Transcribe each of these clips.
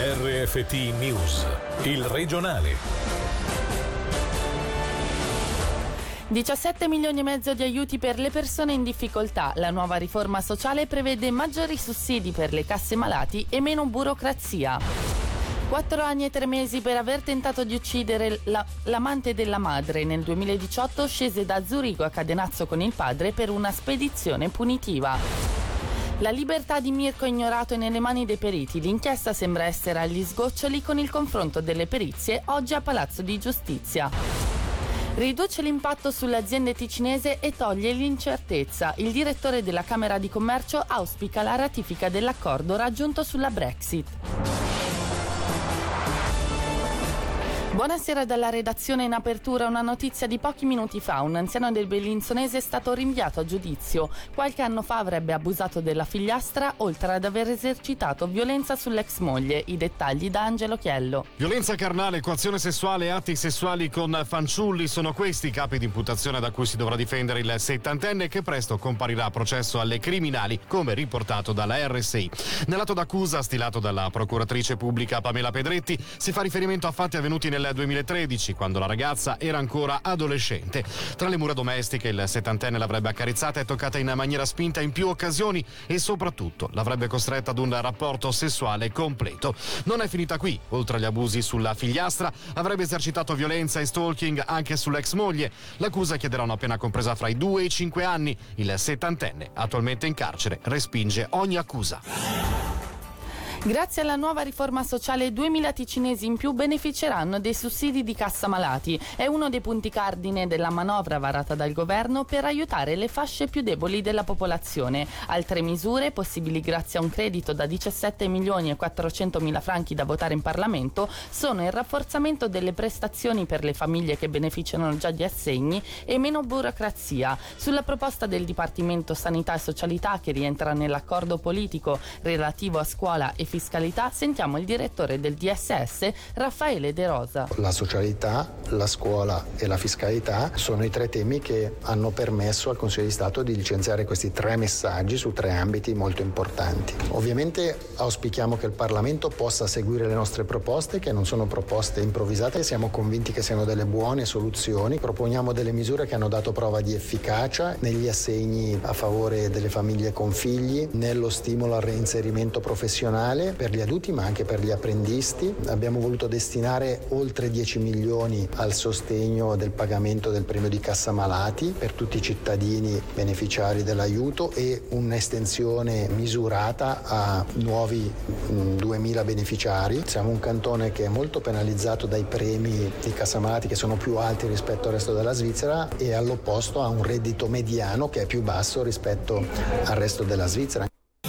RFT News, il regionale. 17 milioni e mezzo di aiuti per le persone in difficoltà. La nuova riforma sociale prevede maggiori sussidi per le casse malati e meno burocrazia. 4 anni e 3 mesi per aver tentato di uccidere l'amante della madre. Nel 2018 scese da Zurigo a Cadenazzo con il padre per una spedizione punitiva. La libertà di Mirko ignorato è nelle mani dei periti. L'inchiesta sembra essere agli sgoccioli con il confronto delle perizie oggi a Palazzo di Giustizia. Riduce l'impatto sull'azienda ticinese e toglie l'incertezza. Il direttore della Camera di Commercio auspica la ratifica dell'accordo raggiunto sulla Brexit. Buonasera dalla redazione. In apertura una notizia di pochi minuti fa. Un anziano del Bellinzonese è stato rinviato a giudizio. Qualche anno fa avrebbe abusato della figliastra, oltre ad aver esercitato violenza sull'ex moglie. I dettagli da Angelo Chiello. Violenza carnale, coazione sessuale e atti sessuali con fanciulli sono questi i capi di imputazione da cui si dovrà difendere il settantenne, che presto comparirà a processo alle criminali, come riportato dalla RSI. Nell'atto d'accusa stilato dalla procuratrice pubblica Pamela Pedretti si fa riferimento a fatti avvenuti nel 2013, quando la ragazza era ancora adolescente. Tra le mura domestiche il settantenne l'avrebbe accarezzata e toccata in maniera spinta in più occasioni e soprattutto l'avrebbe costretta ad un rapporto sessuale completo. Non è finita qui. Oltre agli abusi sulla figliastra, avrebbe esercitato violenza e stalking anche sull'ex moglie. L'accusa chiederà una pena compresa fra i 2 e i 5 anni. Il settantenne, attualmente in carcere, respinge ogni accusa. Grazie alla nuova riforma sociale 2000 ticinesi in più beneficeranno dei sussidi di cassa malati. È uno dei punti cardine della manovra varata dal governo per aiutare le fasce più deboli della popolazione. Altre misure, possibili grazie a un credito da 17 milioni e 400 mila franchi da votare in Parlamento, sono il rafforzamento delle prestazioni per le famiglie che beneficiano già di assegni e meno burocrazia. Sulla proposta del Dipartimento Sanità e Socialità, che rientra nell'accordo politico relativo a scuola e fiscalità, sentiamo il direttore del DSS, Raffaele De Rosa. La socialità, la scuola e la fiscalità sono i 3 temi che hanno permesso al Consiglio di Stato di licenziare questi 3 messaggi su 3 ambiti molto importanti. Ovviamente auspichiamo che il Parlamento possa seguire le nostre proposte, che non sono proposte improvvisate, siamo convinti che siano delle buone soluzioni. Proponiamo delle misure che hanno dato prova di efficacia negli assegni a favore delle famiglie con figli, nello stimolo al reinserimento professionale per gli adulti ma anche per gli apprendisti. Abbiamo voluto destinare oltre 10 milioni al sostegno del pagamento del premio di cassa malati per tutti i cittadini beneficiari dell'aiuto e un'estensione misurata a nuovi 2000 beneficiari. Siamo un cantone che è molto penalizzato dai premi di cassa malati che sono più alti rispetto al resto della Svizzera e all'opposto ha un reddito mediano che è più basso rispetto al resto della Svizzera.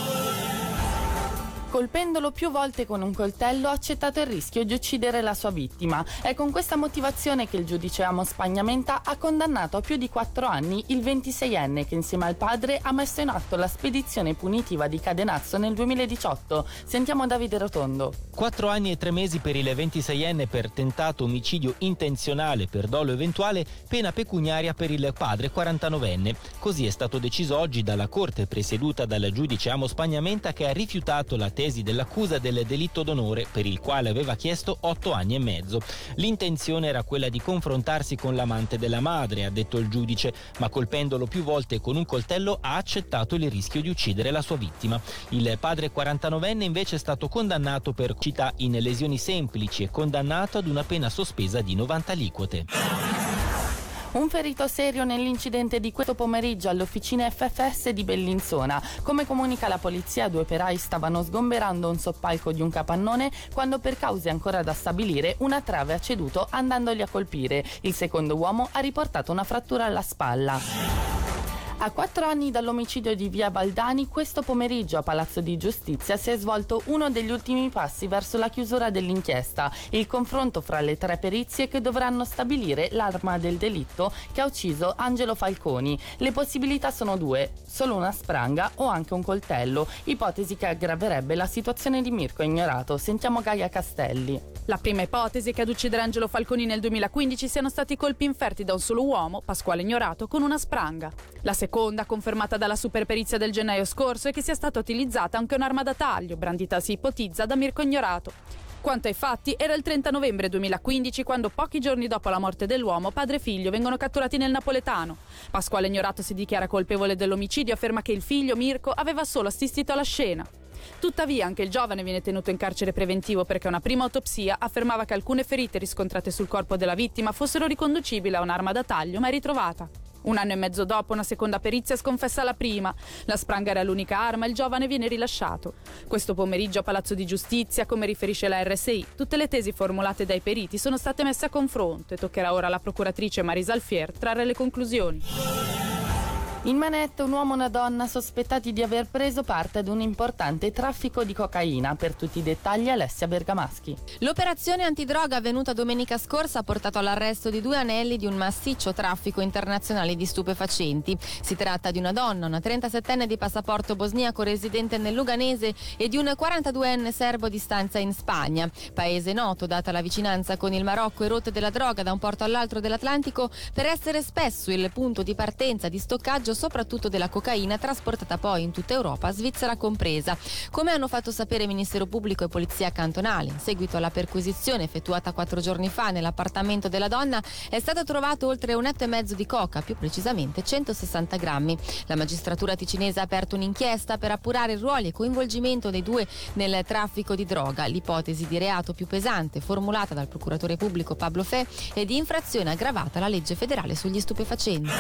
Colpendolo più volte con un coltello, ha accettato il rischio di uccidere la sua vittima. È con questa motivazione che il giudice Amos Spagnamenta ha condannato a più di 4 anni il 26enne che insieme al padre ha messo in atto la spedizione punitiva di Cadenazzo nel 2018. Sentiamo Davide Rotondo. 4 anni e 3 mesi per il 26enne per tentato omicidio intenzionale per dolo eventuale, pena pecuniaria per il padre 49enne. Così è stato deciso oggi dalla Corte presieduta dal giudice Amos Spagnamenta, che ha rifiutato la tesi dell'accusa del delitto d'onore, per il quale aveva chiesto 8 anni e mezzo. L'intenzione era quella di confrontarsi con l'amante della madre, ha detto il giudice, ma colpendolo più volte con un coltello ha accettato il rischio di uccidere la sua vittima. Il padre 49enne invece è stato condannato per complicità in lesioni semplici e condannato ad una pena sospesa di 90 aliquote. Un ferito serio nell'incidente di questo pomeriggio alle officine FFS di Bellinzona. Come comunica la polizia, 2 operai stavano sgomberando un soppalco di un capannone quando, per cause ancora da stabilire, una trave ha ceduto andandoli a colpire. Il secondo uomo ha riportato una frattura alla spalla. A 4 anni dall'omicidio di via Valdani, questo pomeriggio a Palazzo di Giustizia si è svolto uno degli ultimi passi verso la chiusura dell'inchiesta, il confronto fra le 3 perizie che dovranno stabilire l'arma del delitto che ha ucciso Angelo Falconi. Le possibilità sono 2, solo una spranga o anche un coltello, ipotesi che aggraverebbe la situazione di Mirko ignorato. Sentiamo Gaia Castelli. La prima ipotesi è che ad uccidere Angelo Falconi nel 2015 siano stati colpi inferti da un solo uomo, Pasquale Ignorato, con una spranga. La seconda seconda, confermata dalla superperizia del gennaio scorso, è che sia stata utilizzata anche un'arma da taglio, brandita si ipotizza da Mirko Ignorato. Quanto ai fatti, era il 30 novembre 2015 quando, pochi giorni dopo la morte dell'uomo, padre e figlio vengono catturati nel napoletano. Pasquale Ignorato si dichiara colpevole dell'omicidio e afferma che il figlio, Mirko, aveva solo assistito alla scena. Tuttavia anche il giovane viene tenuto in carcere preventivo perché una prima autopsia affermava che alcune ferite riscontrate sul corpo della vittima fossero riconducibili a un'arma da taglio mai ritrovata. 1 anno e mezzo dopo, una seconda perizia sconfessa la prima. La spranga era l'unica arma e il giovane viene rilasciato. Questo pomeriggio a Palazzo di Giustizia, come riferisce la RSI, tutte le tesi formulate dai periti sono state messe a confronto e toccherà ora alla procuratrice Marisa Alfier trarre le conclusioni. In manette un uomo e una donna sospettati di aver preso parte ad un importante traffico di cocaina. Per tutti i dettagli Alessia Bergamaschi. L'operazione antidroga avvenuta domenica scorsa ha portato all'arresto di 2 anelli di un massiccio traffico internazionale di stupefacenti. Si tratta di una donna, una 37enne di passaporto bosniaco residente nel Luganese e di un 42enne serbo di stanza in Spagna. Paese noto, data la vicinanza con il Marocco e rotte della droga da un porto all'altro dell'Atlantico, per essere spesso il punto di partenza di stoccaggio soprattutto della cocaina trasportata poi in tutta Europa, Svizzera compresa. Come hanno fatto sapere Ministero Pubblico e Polizia Cantonale, in seguito alla perquisizione effettuata 4 giorni fa nell'appartamento della donna, è stato trovato oltre 1,5 etto di coca, più precisamente 160 grammi. La magistratura ticinese ha aperto un'inchiesta per appurare i ruoli e coinvolgimento dei due nel traffico di droga. L'ipotesi di reato più pesante formulata dal procuratore pubblico Pablo Fe è di infrazione aggravata alla legge federale sugli stupefacenti.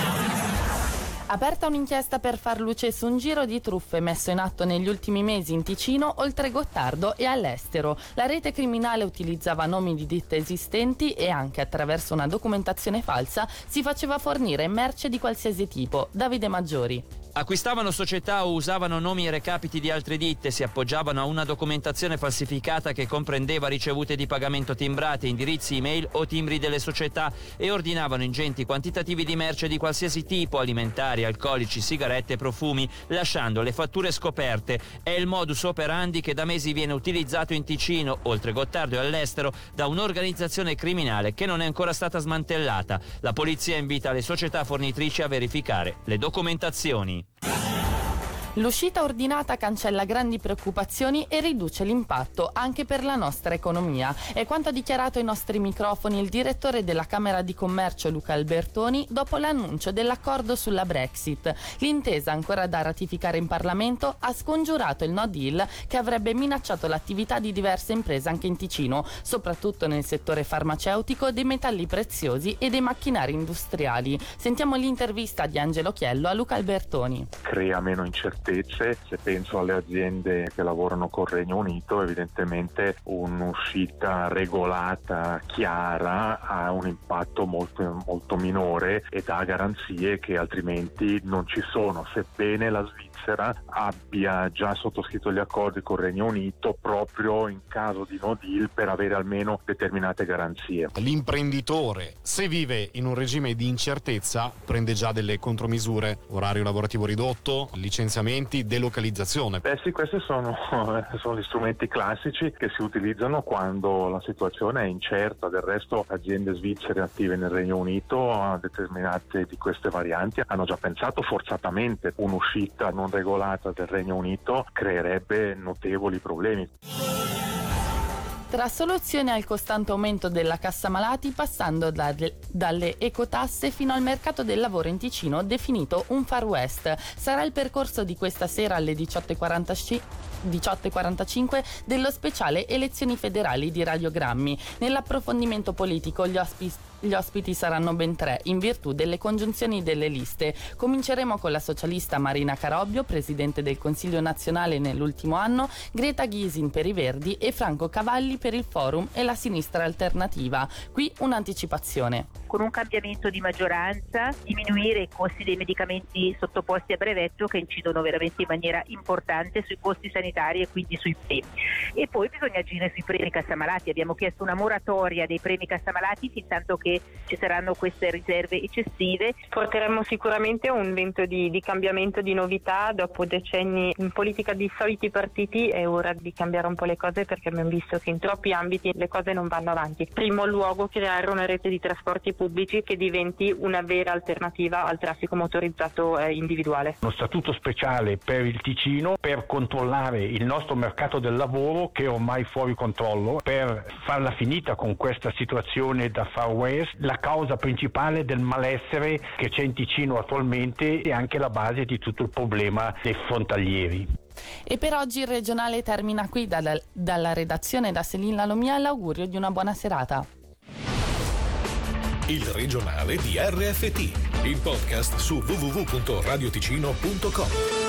Aperta un'inchiesta per far luce su un giro di truffe messo in atto negli ultimi mesi in Ticino, oltre Gottardo e all'estero. La rete criminale utilizzava nomi di ditte esistenti e anche attraverso una documentazione falsa si faceva fornire merce di qualsiasi tipo. Davide Maggiori. Acquistavano società o usavano nomi e recapiti di altre ditte, si appoggiavano a una documentazione falsificata che comprendeva ricevute di pagamento timbrate, indirizzi email o timbri delle società e ordinavano ingenti quantitativi di merce di qualsiasi tipo, alimentari, alcolici, sigarette e profumi, lasciando le fatture scoperte. È il modus operandi che da mesi viene utilizzato in Ticino, oltre Gottardo e all'estero, da un'organizzazione criminale che non è ancora stata smantellata. La polizia invita le società fornitrici a verificare le documentazioni. L'uscita ordinata cancella grandi preoccupazioni e riduce l'impatto anche per la nostra economia. È quanto ha dichiarato ai nostri microfoni il direttore della Camera di Commercio Luca Albertoni dopo l'annuncio dell'accordo sulla Brexit. L'intesa, ancora da ratificare in Parlamento, ha scongiurato il no deal che avrebbe minacciato l'attività di diverse imprese anche in Ticino, soprattutto nel settore farmaceutico, dei metalli preziosi e dei macchinari industriali. Sentiamo l'intervista di Angelo Chiello a Luca Albertoni. Crea meno incertezze. Se penso alle aziende che lavorano col Regno Unito, evidentemente un'uscita regolata, chiara, ha un impatto molto minore e dà garanzie che altrimenti non ci sono, sebbene la Svizzera abbia già sottoscritto gli accordi col Regno Unito proprio in caso di no deal per avere almeno determinate garanzie. L'imprenditore, se vive in un regime di incertezza, prende già delle contromisure: orario lavorativo ridotto, licenziamenti, delocalizzazione. Sì, questi sono gli strumenti classici che si utilizzano quando la situazione è incerta. Del resto aziende svizzere attive nel Regno Unito a determinate di queste varianti hanno già pensato forzatamente. Un'uscita non regolata del Regno Unito creerebbe notevoli problemi. Tra soluzioni al costante aumento della cassa malati, passando dalle ecotasse fino al mercato del lavoro in Ticino definito un Far West. Sarà il percorso di questa sera alle 18:45 dello speciale Elezioni federali di Radiogrammi. Nell'approfondimento politico gli ospiti saranno ben 3 in virtù delle congiunzioni delle liste. Cominceremo con la socialista Marina Carobbio, presidente del Consiglio nazionale nell'ultimo anno, Greta Gysin per i Verdi e Franco Cavalli per il Forum e la Sinistra Alternativa. Qui un'anticipazione. Con un cambiamento di maggioranza, diminuire i costi dei medicamenti sottoposti a brevetto che incidono veramente in maniera importante sui costi sanitari e quindi sui premi. E poi bisogna agire sui premi cassamalati. Abbiamo chiesto una moratoria dei premi cassamalati fin tanto che ci saranno queste riserve eccessive. Porteremo sicuramente un vento di cambiamento, di novità. Dopo decenni in politica di soliti partiti è ora di cambiare un po' le cose, perché abbiamo visto che intorno troppi ambiti le cose non vanno avanti. In primo luogo creare una rete di trasporti pubblici che diventi una vera alternativa al traffico motorizzato individuale. Uno statuto speciale per il Ticino per controllare il nostro mercato del lavoro che è ormai fuori controllo, per farla finita con questa situazione da Far West, la causa principale del malessere che c'è in Ticino attualmente e anche la base di tutto il problema dei frontalieri. E per oggi il regionale termina qui. Dalla redazione da Selina Lomia l'augurio di una buona serata. Il regionale di RFT, il podcast su www.radioticino.com.